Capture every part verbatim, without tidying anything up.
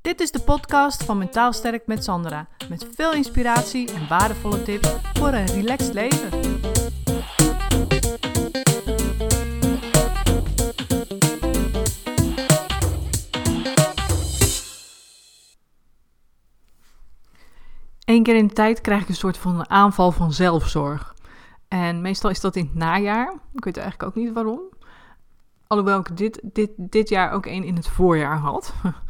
Dit is de podcast van Mentaal Sterk met Sandra. Met veel inspiratie en waardevolle tips voor een relaxed leven. Eén keer in de tijd krijg ik een soort van aanval van zelfzorg. En meestal is dat in het najaar. Ik weet eigenlijk ook niet waarom. Alhoewel ik dit, dit, dit jaar ook één in het voorjaar had.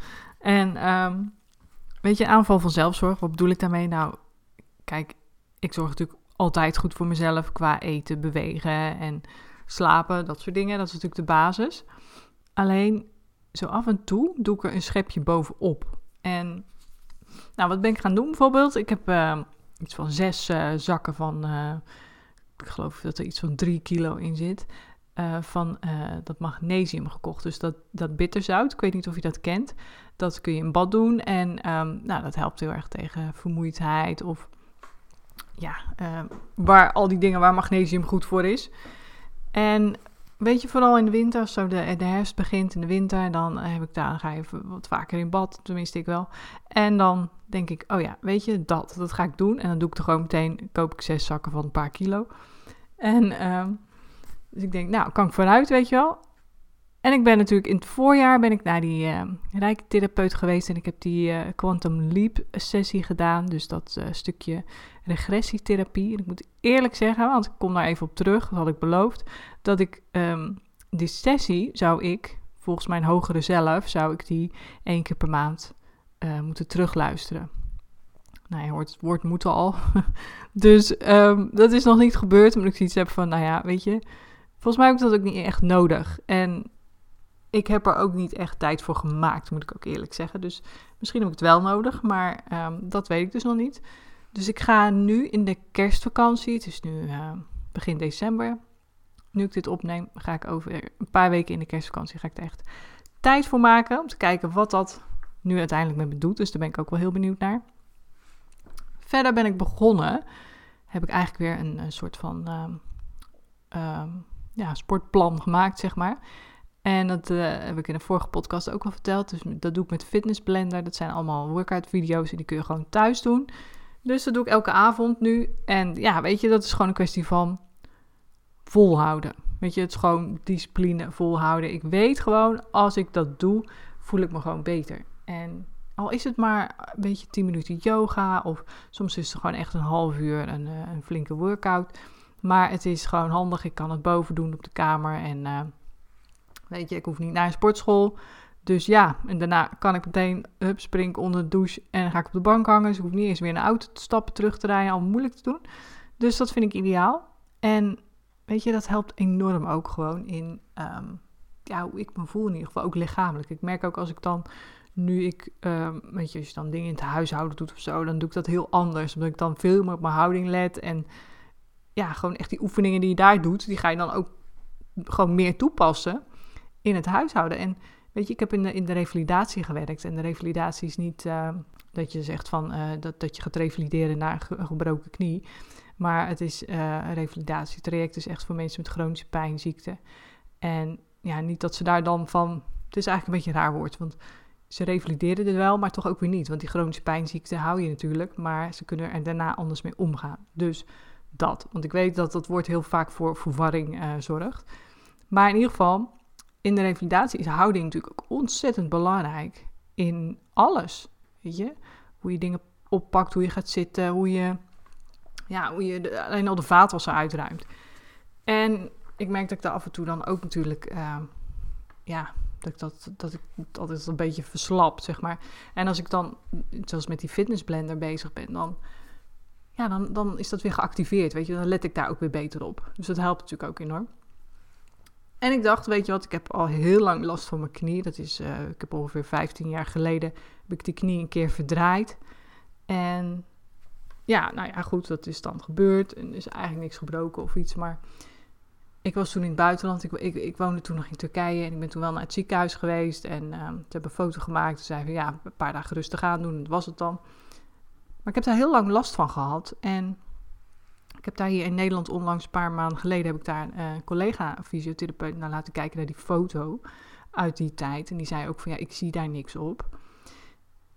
En um, weet je, aanval van zelfzorg, wat bedoel ik daarmee? Nou, kijk, ik zorg natuurlijk altijd goed voor mezelf qua eten, bewegen en slapen, dat soort dingen. Dat is natuurlijk de basis. Alleen, zo af en toe doe ik er een schepje bovenop. En, nou, wat ben ik gaan doen bijvoorbeeld? Ik heb uh, iets van zes uh, zakken van, uh, ik geloof dat er iets van drie kilo in zit, uh, van uh, dat magnesium gekocht. Dus dat, dat bitterzout, ik weet niet of je dat kent. Dat kun je in bad doen en um, nou, dat helpt heel erg tegen vermoeidheid of ja, uh, waar al die dingen waar magnesium goed voor is. En weet je, vooral in de winter, als zo de, de herfst begint in de winter, dan heb ik daar, dan ga je wat vaker in bad, tenminste ik wel. En dan denk ik, oh ja, weet je, dat, dat ga ik doen. En dan doe ik er gewoon meteen, koop ik zes zakken van een paar kilo. En um, dus ik denk, nou, kan ik vooruit, weet je wel. En ik ben natuurlijk in het voorjaar ben ik naar die uh, reiktherapeut geweest en ik heb die uh, Quantum Leap sessie gedaan. Dus dat uh, stukje regressietherapie. En ik moet eerlijk zeggen, want ik kom daar even op terug, dat had ik beloofd, dat ik um, die sessie zou ik, volgens mijn hogere zelf, zou ik die één keer per maand uh, moeten terugluisteren. Nou, je hoort het woord moeten al. Dus um, dat is nog niet gebeurd, omdat ik zoiets heb van, nou ja, weet je, volgens mij heb ik dat ook niet echt nodig. En ik heb er ook niet echt tijd voor gemaakt, moet ik ook eerlijk zeggen. Dus misschien heb ik het wel nodig, maar um, dat weet ik dus nog niet. Dus ik ga nu in de kerstvakantie, het is nu uh, begin december, nu ik dit opneem, ga ik over een paar weken in de kerstvakantie, ga ik er echt tijd voor maken om te kijken wat dat nu uiteindelijk met me doet. Dus daar ben ik ook wel heel benieuwd naar. Verder ben ik begonnen, heb ik eigenlijk weer een, een soort van um, um, ja, sportplan gemaakt, zeg maar. En dat uh, heb ik in de vorige podcast ook al verteld. Dus dat doe ik met Fitness Blender. Dat zijn allemaal workout video's en die kun je gewoon thuis doen. Dus dat doe ik elke avond nu. En ja, weet je, dat is gewoon een kwestie van volhouden. Weet je, het is gewoon discipline volhouden. Ik weet gewoon, als ik dat doe, voel ik me gewoon beter. En al is het maar een beetje tien minuten yoga. Of soms is het gewoon echt een half uur een, een flinke workout. Maar het is gewoon handig. Ik kan het boven doen op de kamer en Uh, weet je, ik hoef niet naar een sportschool. Dus ja, en daarna kan ik meteen, hup, spring ik onder de douche en dan ga ik op de bank hangen. Dus ik hoef niet eens weer naar de auto te stappen, terug te rijden, allemaal moeilijk te doen. Dus dat vind ik ideaal. En weet je, dat helpt enorm ook gewoon in, um, ja, hoe ik me voel in ieder geval, ook lichamelijk. Ik merk ook als ik dan, nu ik, um, weet je, als je dan dingen in het huishouden doet of zo, dan doe ik dat heel anders. Omdat ik dan veel meer op mijn houding let en ja, gewoon echt die oefeningen die je daar doet, die ga je dan ook gewoon meer toepassen in het huishouden. En weet je, ik heb in de, in de revalidatie gewerkt. En de revalidatie is niet uh, dat je zegt van uh, dat, dat je gaat revalideren naar een, ge, een gebroken knie. Maar het is uh, een revalidatietraject, is echt voor mensen met chronische pijnziekte. En ja, niet dat ze daar dan van, het is eigenlijk een beetje een raar woord, want ze revalideren er wel, maar toch ook weer niet. Want die chronische pijnziekte hou je natuurlijk, maar ze kunnen er daarna anders mee omgaan. Dus dat, want ik weet dat dat woord heel vaak voor verwarring uh, zorgt. Maar in ieder geval, in de revalidatie is houding natuurlijk ook ontzettend belangrijk in alles, weet je. Hoe je dingen oppakt, hoe je gaat zitten, hoe je, ja, hoe je de, alleen al de vaatwasser uitruimt. En ik merk dat ik daar af en toe dan ook natuurlijk, uh, ja, dat ik dat, dat ik altijd een beetje verslap, zeg maar. En als ik dan, zoals met die fitnessblender bezig ben, dan, ja, dan, dan is dat weer geactiveerd, weet je. Dan let ik daar ook weer beter op. Dus dat helpt natuurlijk ook enorm. En ik dacht, weet je wat, ik heb al heel lang last van mijn knie. Dat is, uh, ik heb ongeveer vijftien jaar geleden, heb ik die knie een keer verdraaid. En ja, nou ja, goed, dat is dan gebeurd. En er is eigenlijk niks gebroken of iets. Maar ik was toen in het buitenland. Ik, ik, ik woonde toen nog in Turkije. En ik ben toen wel naar het ziekenhuis geweest. En uh, ze hebben een foto gemaakt. Ze zeiden van ja, een paar dagen rustig aan doen. En dat was het dan. Maar ik heb daar heel lang last van gehad. En ik heb daar hier in Nederland onlangs een paar maanden geleden heb ik daar een uh, collega fysiotherapeut naar laten kijken naar die foto uit die tijd. En die zei ook van ja, ik zie daar niks op.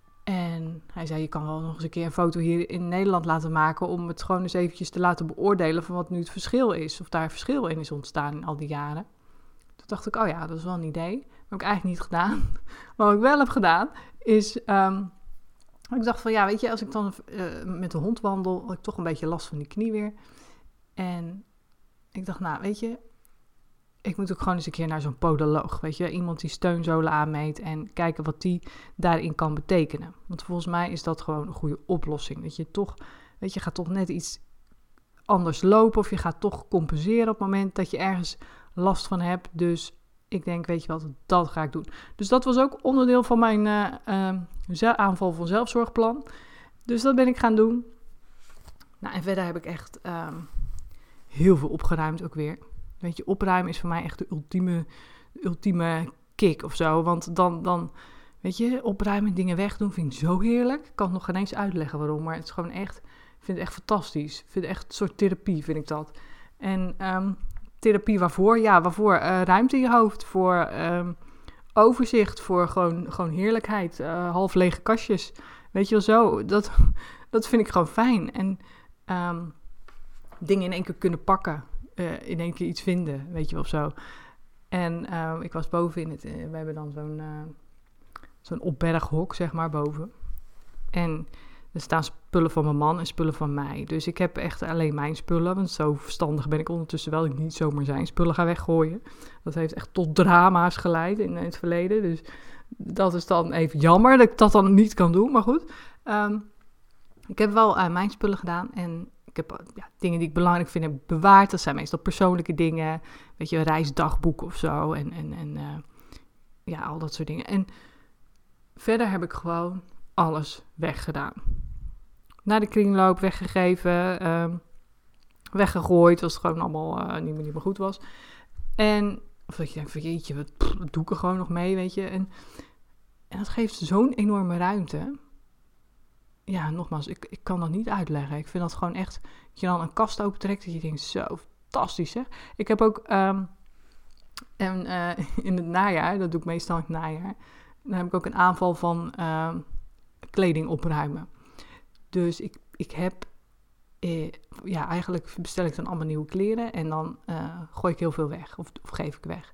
hij zei, je kan wel nog eens een keer een foto hier in Nederland laten maken om het gewoon eens eventjes te laten beoordelen van wat nu het verschil is. Of daar verschil in is ontstaan in al die jaren. Toen dacht ik, oh ja, dat is wel een idee. Dat heb ik eigenlijk niet gedaan. Maar wat ik wel heb gedaan is, um, ik dacht van ja, weet je, als ik dan uh, met de hond wandel, had ik toch een beetje last van die knie weer. En ik dacht, nou weet je, ik moet ook gewoon eens een keer naar zo'n podoloog, weet je. Iemand die steunzolen aanmeet en kijken wat die daarin kan betekenen. Want volgens mij is dat gewoon een goede oplossing. Dat je toch, weet je, gaat toch net iets anders lopen of je gaat toch compenseren op het moment dat je ergens last van hebt. Dus ik denk, weet je wat, dat ga ik doen. Dus dat was ook onderdeel van mijn uh, uh, aanval van zelfzorgplan. Dus dat ben ik gaan doen. Nou, en verder heb ik echt uh, heel veel opgeruimd ook weer. Weet je, opruimen is voor mij echt de ultieme, de ultieme kick of zo. Want dan, dan, weet je, opruimen, dingen wegdoen vind ik zo heerlijk. Ik kan het nog geen eens uitleggen waarom, maar het is gewoon echt, ik vind het echt fantastisch. Ik vind het echt een soort therapie, vind ik dat. En um, therapie waarvoor? Ja, waarvoor? Uh, ruimte in je hoofd, voor um, overzicht, voor gewoon, gewoon heerlijkheid. Uh, half lege kastjes, weet je wel zo. Dat, dat vind ik gewoon fijn. En um, dingen in één keer kunnen pakken. Uh, in één keer iets vinden, weet je wel, of zo. En uh, ik was boven in het... Uh, we hebben dan zo'n, uh, zo'n opberghok, zeg maar, boven. En er staan spullen van mijn man en spullen van mij. Dus ik heb echt alleen mijn spullen, want zo verstandig ben ik ondertussen wel. Ik niet zomaar zijn spullen ga weggooien. Dat heeft echt tot drama's geleid in, in het verleden. Dus dat is dan even jammer dat ik dat dan niet kan doen, maar goed. Um, ik heb wel uh, mijn spullen gedaan en... Ik heb ja, dingen die ik belangrijk vind heb bewaard. Dat zijn meestal persoonlijke dingen. Weet je, een reisdagboek of zo. En, en, en uh, ja, al dat soort dingen. En verder heb ik gewoon alles weggedaan. Naar de kringloop weggegeven. Uh, weggegooid. Was het gewoon allemaal uh, niet, meer, niet meer goed was. En of dat je denkt van jeetje, wat, pff, wat doe ik er gewoon nog mee, weet je. En, en dat geeft zo'n enorme ruimte. Ja, nogmaals, ik, ik kan dat niet uitleggen. Ik vind dat gewoon echt, dat je dan een kast opentrekt, dat je denkt, zo fantastisch, hè. Ik heb ook, um, en, uh, in het najaar, dat doe ik meestal in het najaar, dan heb ik ook een aanval van uh, kleding opruimen. Dus ik, ik heb, eh, ja, eigenlijk bestel ik dan allemaal nieuwe kleren en dan uh, gooi ik heel veel weg, of, of geef ik weg.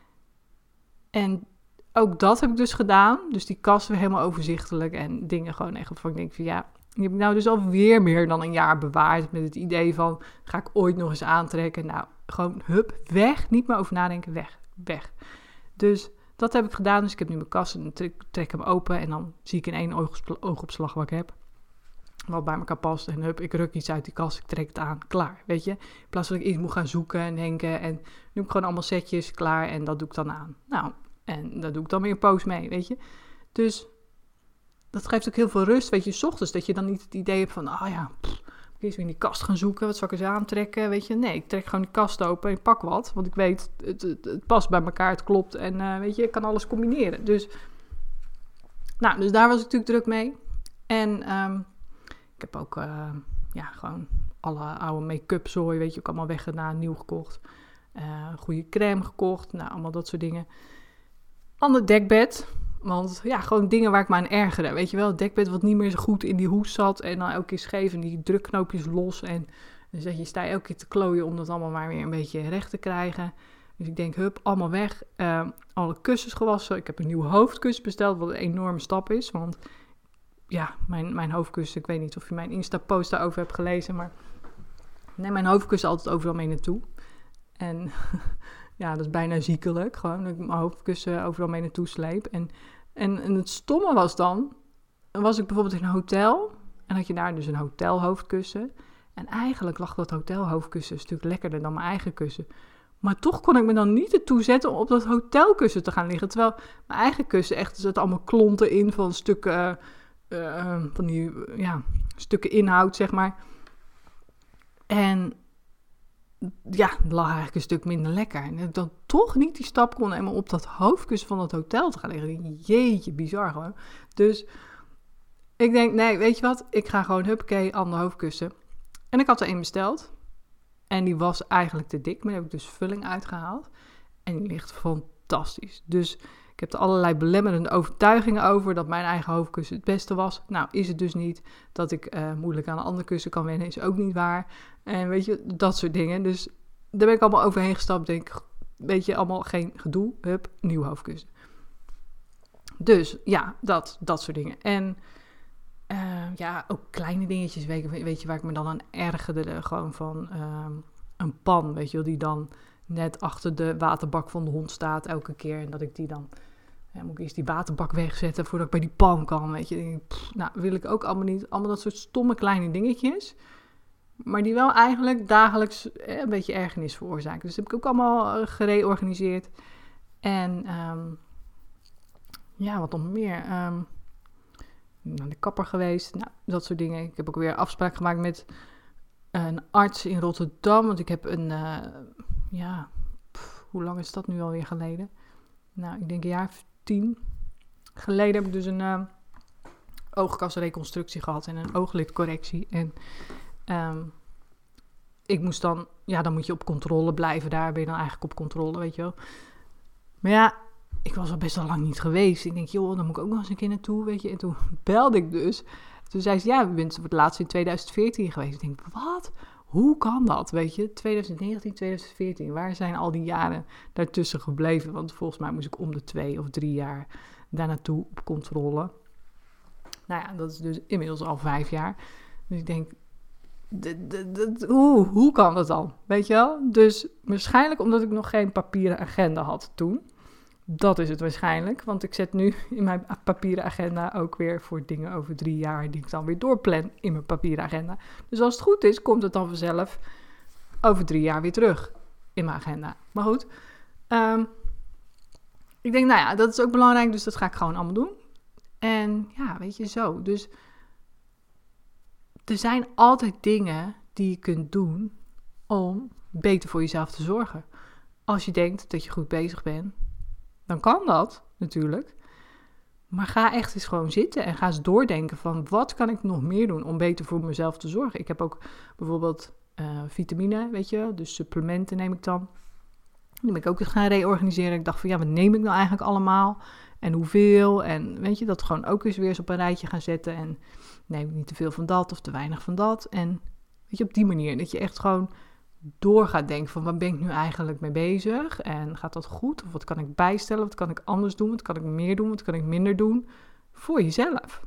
En ook dat heb ik dus gedaan. Dus die kast weer helemaal overzichtelijk. En dingen gewoon echt waarvan ik denk van ja, die heb ik nou dus alweer meer dan een jaar bewaard. Met het idee van, ga ik ooit nog eens aantrekken? Nou, gewoon hup, weg. Niet meer over nadenken, weg, weg. Dus dat heb ik gedaan. Dus ik heb nu mijn kast en trek, trek hem open. En dan zie ik in één oogopslag, oogopslag wat ik heb. Wat bij elkaar past. En hup, ik ruk iets uit die kast, ik trek het aan. Klaar, weet je. In plaats van dat ik iets moet gaan zoeken en denken. En nu heb ik gewoon allemaal setjes klaar en dat doe ik dan aan. Nou, en daar doe ik dan weer een poos mee, weet je. Dus dat geeft ook heel veel rust, weet je, 's ochtends. Dat je dan niet het idee hebt van, ah oh ja, pff, ik eens weer in die kast gaan zoeken. Wat zal ik eens aantrekken, weet je. Nee, ik trek gewoon die kast open en ik pak wat. Want ik weet, het, het, het past bij elkaar, het klopt. En uh, weet je, ik kan alles combineren. Dus, nou, dus daar was ik natuurlijk druk mee. En um, ik heb ook, uh, ja, gewoon alle oude make-up zooi, weet je, ook allemaal weggedaan, nieuw gekocht. Uh, goede crème gekocht, nou, allemaal dat soort dingen. Ander dekbed, want ja, gewoon dingen waar ik me aan ergerde. Weet je wel, het dekbed wat niet meer zo goed in die hoes zat en dan elke keer scheef en die drukknoopjes los. En dus dat je sta je elke keer te klooien om dat allemaal maar weer een beetje recht te krijgen. Dus ik denk, hup, allemaal weg. Uh, alle kussens gewassen. Ik heb een nieuwe hoofdkussen besteld, wat een enorme stap is. Want ja, mijn, mijn hoofdkussen, ik weet niet of je mijn Insta-post daarover hebt gelezen, maar neem mijn hoofdkussen altijd overal mee naartoe. En ja, dat is bijna ziekelijk. Gewoon dat ik mijn hoofdkussen overal mee naartoe sleep. En, en, en het stomme was dan, dan was ik bijvoorbeeld in een hotel. En had je daar dus een hotelhoofdkussen. En eigenlijk lag dat hotelhoofdkussen een stuk lekkerder dan mijn eigen kussen. Maar toch kon ik me dan niet ertoe zetten om op dat hotelkussen te gaan liggen. Terwijl mijn eigen kussen echt, er zitten allemaal klonten in van stukken, uh, van die, ja, stukken inhoud, zeg maar. En ja, het lag eigenlijk een stuk minder lekker. En dat ik dan toch niet die stap kon nemen op dat hoofdkussen van het hotel te gaan liggen. Jeetje, bizar gewoon. Dus ik denk, nee, weet je wat? Ik ga gewoon, huppakee, ander hoofdkussen. En ik had er één besteld. En die was eigenlijk te dik, maar daar heb ik dus vulling uitgehaald. En die ligt fantastisch. Dus Ik heb er allerlei belemmerende overtuigingen over dat mijn eigen hoofdkussen het beste was. Nou, is het dus niet. Dat ik uh, moeilijk aan een ander kussen kan wennen, is ook niet waar. En weet je, dat soort dingen. Dus daar ben ik allemaal overheen gestapt. Denk, weet je, allemaal geen gedoe. Hup, nieuw hoofdkussen. Dus ja, dat, dat soort dingen. En uh, ja, ook kleine dingetjes. Weet je, weet je waar ik me dan aan ergerde? Gewoon van uh, een pan, weet je wel, die dan net achter de waterbak van de hond staat elke keer. En dat ik die dan, ja, moet ik eerst die waterbak wegzetten voordat ik bij die pan kan, weet je. Denk ik, pff, nou, wil ik ook allemaal niet. Allemaal dat soort stomme kleine dingetjes. Maar die wel eigenlijk dagelijks eh, een beetje ergernis veroorzaken. Dus dat heb ik ook allemaal uh, gereorganiseerd. En um, ja, wat nog meer. Um, naar de kapper geweest. Nou, dat soort dingen. Ik heb ook weer afspraak gemaakt met een arts in Rotterdam. Want ik heb een, uh, ja, pff, hoe lang is dat nu alweer geleden? Nou, ik denk een jaar of tien geleden heb ik dus een uh, oogkasreconstructie gehad en een ooglidcorrectie. En um, ik moest dan, ja, dan moet je op controle blijven. Daar ben je dan eigenlijk op controle, weet je wel. Maar ja, ik was al best wel lang niet geweest. Ik denk, joh, dan moet ik ook nog eens een keer naartoe, weet je. En toen belde ik dus. Toen zei ze, ja, we bent voor het laatst in twintig veertien geweest. Ik denk, wat? Hoe kan dat, weet je? twintig negentien, twintig veertien, waar zijn al die jaren daartussen gebleven? Want volgens mij moest ik om de twee of drie jaar daar naartoe op controle. Nou ja, dat is dus inmiddels al vijf jaar. Dus ik denk, d- d- d- hoe, hoe kan dat dan? Weet je wel? Dus waarschijnlijk omdat ik nog geen papieren agenda had toen. Dat is het waarschijnlijk, want ik zet nu in mijn papieren agenda ook weer voor dingen over drie jaar die ik dan weer doorplan in mijn papieren agenda. Dus als het goed is, komt het dan vanzelf over drie jaar weer terug in mijn agenda. Maar goed, um, ik denk, nou ja, dat is ook belangrijk, dus dat ga ik gewoon allemaal doen. En ja, weet je, zo. Dus er zijn altijd dingen die je kunt doen om beter voor jezelf te zorgen. Als je denkt dat je goed bezig bent, dan kan dat natuurlijk. Maar ga echt eens gewoon zitten en ga eens doordenken van wat kan ik nog meer doen om beter voor mezelf te zorgen. Ik heb ook bijvoorbeeld uh, vitamine, weet je, dus supplementen neem ik dan. Die ben ik ook eens gaan reorganiseren. Ik dacht van ja, wat neem ik nou eigenlijk allemaal en hoeveel? En weet je, dat gewoon ook eens weer eens op een rijtje gaan zetten en neem ik niet te veel van dat of te weinig van dat. En weet je, op die manier dat je echt gewoon door gaat denken van waar ben ik nu eigenlijk mee bezig en gaat dat goed of wat kan ik bijstellen, wat kan ik anders doen, wat kan ik meer doen, wat kan ik minder doen voor jezelf.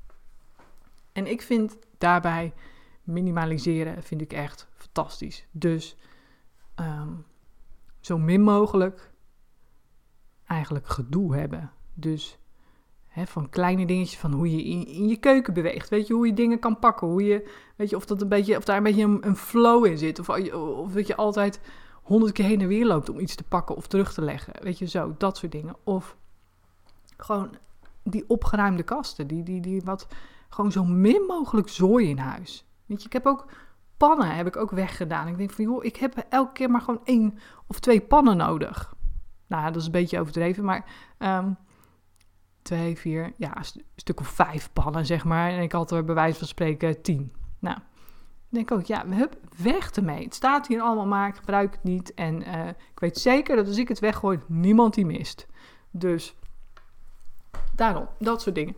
En ik vind daarbij minimaliseren vind ik echt fantastisch. Dus um, zo min mogelijk eigenlijk gedoe hebben. Dus He, van kleine dingetjes, van hoe je in, in je keuken beweegt. Weet je, hoe je dingen kan pakken. Hoe je, weet je, of, dat een beetje, of daar een beetje een, een flow in zit. Of, of dat je altijd honderd keer heen en weer loopt om iets te pakken of terug te leggen. Weet je, zo, dat soort dingen. Of gewoon die opgeruimde kasten. Die, die, die wat, gewoon zo min mogelijk zooi in huis. Weet je, ik heb ook pannen heb ik ook weggedaan. Ik denk van, joh, ik heb elke keer maar gewoon één of twee pannen nodig. Nou, dat is een beetje overdreven, maar Um, twee, vier, ja, een stuk of vijf pannen, zeg maar. En ik had er bij wijze van spreken tien. Nou, dan denk ik ook, ja, hup, weg ermee. Het staat hier allemaal, maar ik gebruik het niet. En uh, ik weet zeker dat als ik het weggooi, niemand die mist. Dus, daarom, dat soort dingen.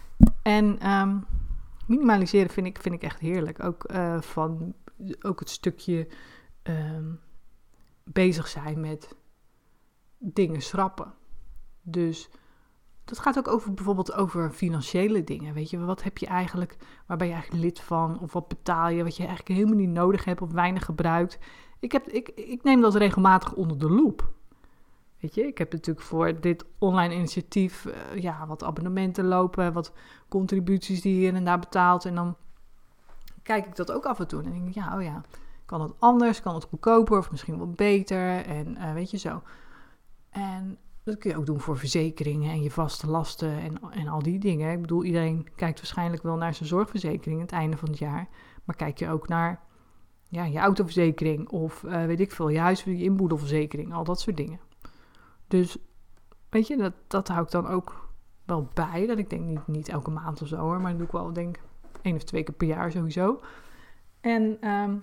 En um, minimaliseren vind ik, vind ik echt heerlijk. Ook, uh, van, ook het stukje um, bezig zijn met dingen schrappen. Dus dat gaat ook over bijvoorbeeld over financiële dingen. Weet je, wat heb je eigenlijk, waar ben je eigenlijk lid van? Of wat betaal je, wat je eigenlijk helemaal niet nodig hebt of weinig gebruikt. Ik, heb, ik, ik neem dat regelmatig onder de loep. Weet je, ik heb natuurlijk voor dit online initiatief uh, ja, wat abonnementen lopen, wat contributies die je hier en daar betaalt. En dan kijk ik dat ook af en toe. En dan denk ik, ja, oh ja, kan het anders, kan het goedkoper of misschien wel beter. En uh, weet je zo. En dat kun je ook doen voor verzekeringen en je vaste lasten en, en al die dingen. Ik bedoel, iedereen kijkt waarschijnlijk wel naar zijn zorgverzekering aan het einde van het jaar. Maar kijk je ook naar ja, je autoverzekering of uh, weet ik veel, je huis, je inboedelverzekering, al dat soort dingen. Dus weet je, dat, dat hou ik dan ook wel bij. Dat ik denk niet, niet elke maand of zo hoor, maar dat doe ik wel denk één of twee keer per jaar sowieso. En um,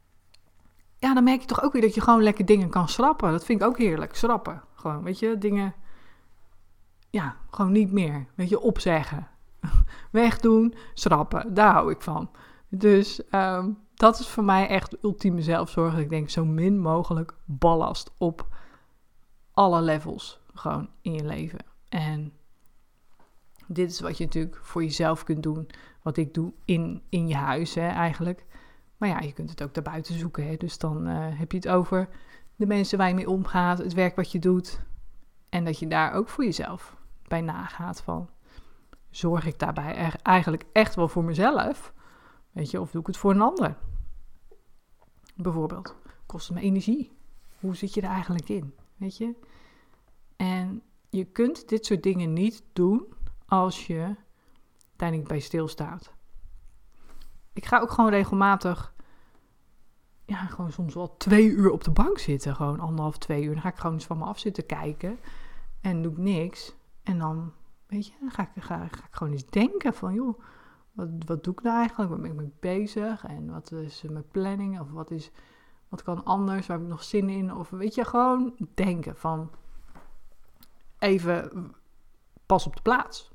ja, dan merk je toch ook weer dat je gewoon lekker dingen kan schrappen. Dat vind ik ook heerlijk, schrappen. Gewoon, weet je, dingen ja, gewoon niet meer. Weet je, opzeggen. Wegdoen, schrappen. Daar hou ik van. Dus um, dat is voor mij echt de ultieme zelfzorg. Ik denk zo min mogelijk ballast op alle levels gewoon in je leven. En dit is wat je natuurlijk voor jezelf kunt doen. Wat ik doe in, in je huis hè, eigenlijk. Maar ja, je kunt het ook daarbuiten zoeken. Hè. Dus dan uh, heb je het over de mensen waar je mee omgaat. Het werk wat je doet. En dat je daar ook voor jezelf bij nagaat van... Zorg ik daarbij eigenlijk echt wel voor mezelf? Weet je, of doe ik het voor een ander? Bijvoorbeeld, kost het me energie? Hoe zit je er eigenlijk in? Weet je? En je kunt dit soort dingen niet doen als je daar niet bij stilstaat. Ik ga ook gewoon regelmatig, ja, gewoon soms wel twee uur op de bank zitten. Gewoon anderhalf, twee uur. Dan ga ik gewoon eens van me af zitten kijken. En doe ik niks. En dan, weet je, dan ga ik, ga, ga ik gewoon eens denken van, joh, wat, wat doe ik nou eigenlijk? Waar ben ik mee bezig? En wat is mijn planning? Of wat is, wat kan anders? Waar heb ik nog zin in? Of weet je, gewoon denken van, even pas op de plaats.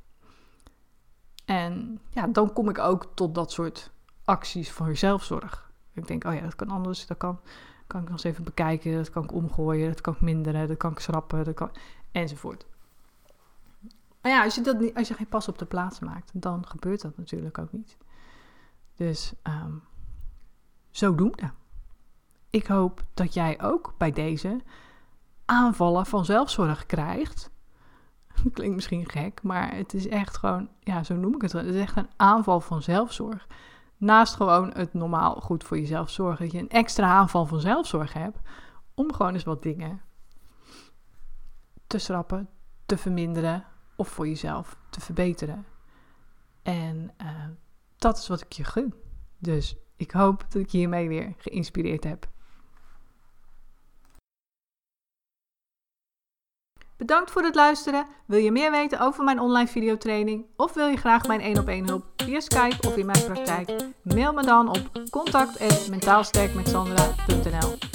En ja, dan kom ik ook tot dat soort acties voor zelfzorg. Ik denk, oh ja, dat kan anders. Dat kan, kan ik nog eens even bekijken. Dat kan ik omgooien. Dat kan ik minderen. Dat kan ik schrappen. Dat kan, enzovoort. Maar ja, als je, dat niet, als je geen pas op de plaats maakt, dan gebeurt dat natuurlijk ook niet. Dus um, zodoende. Ik hoop dat jij ook bij deze aanvallen van zelfzorg krijgt. Klinkt misschien gek, maar het is echt gewoon, ja, zo noem ik het. Het is echt een aanval van zelfzorg. Naast gewoon het normaal goed voor jezelf zorgen, dat je een extra aanval van zelfzorg hebt, om gewoon eens wat dingen te schrappen, te verminderen of voor jezelf te verbeteren. En uh, dat is wat ik je gun. Dus ik hoop dat ik je hiermee weer geïnspireerd heb. Bedankt voor het luisteren. Wil je meer weten over mijn online videotraining? Of wil je graag mijn één op één hulp via Skype of in mijn praktijk? Mail me dan op contact at mentaalsterkmetsandra punt n l.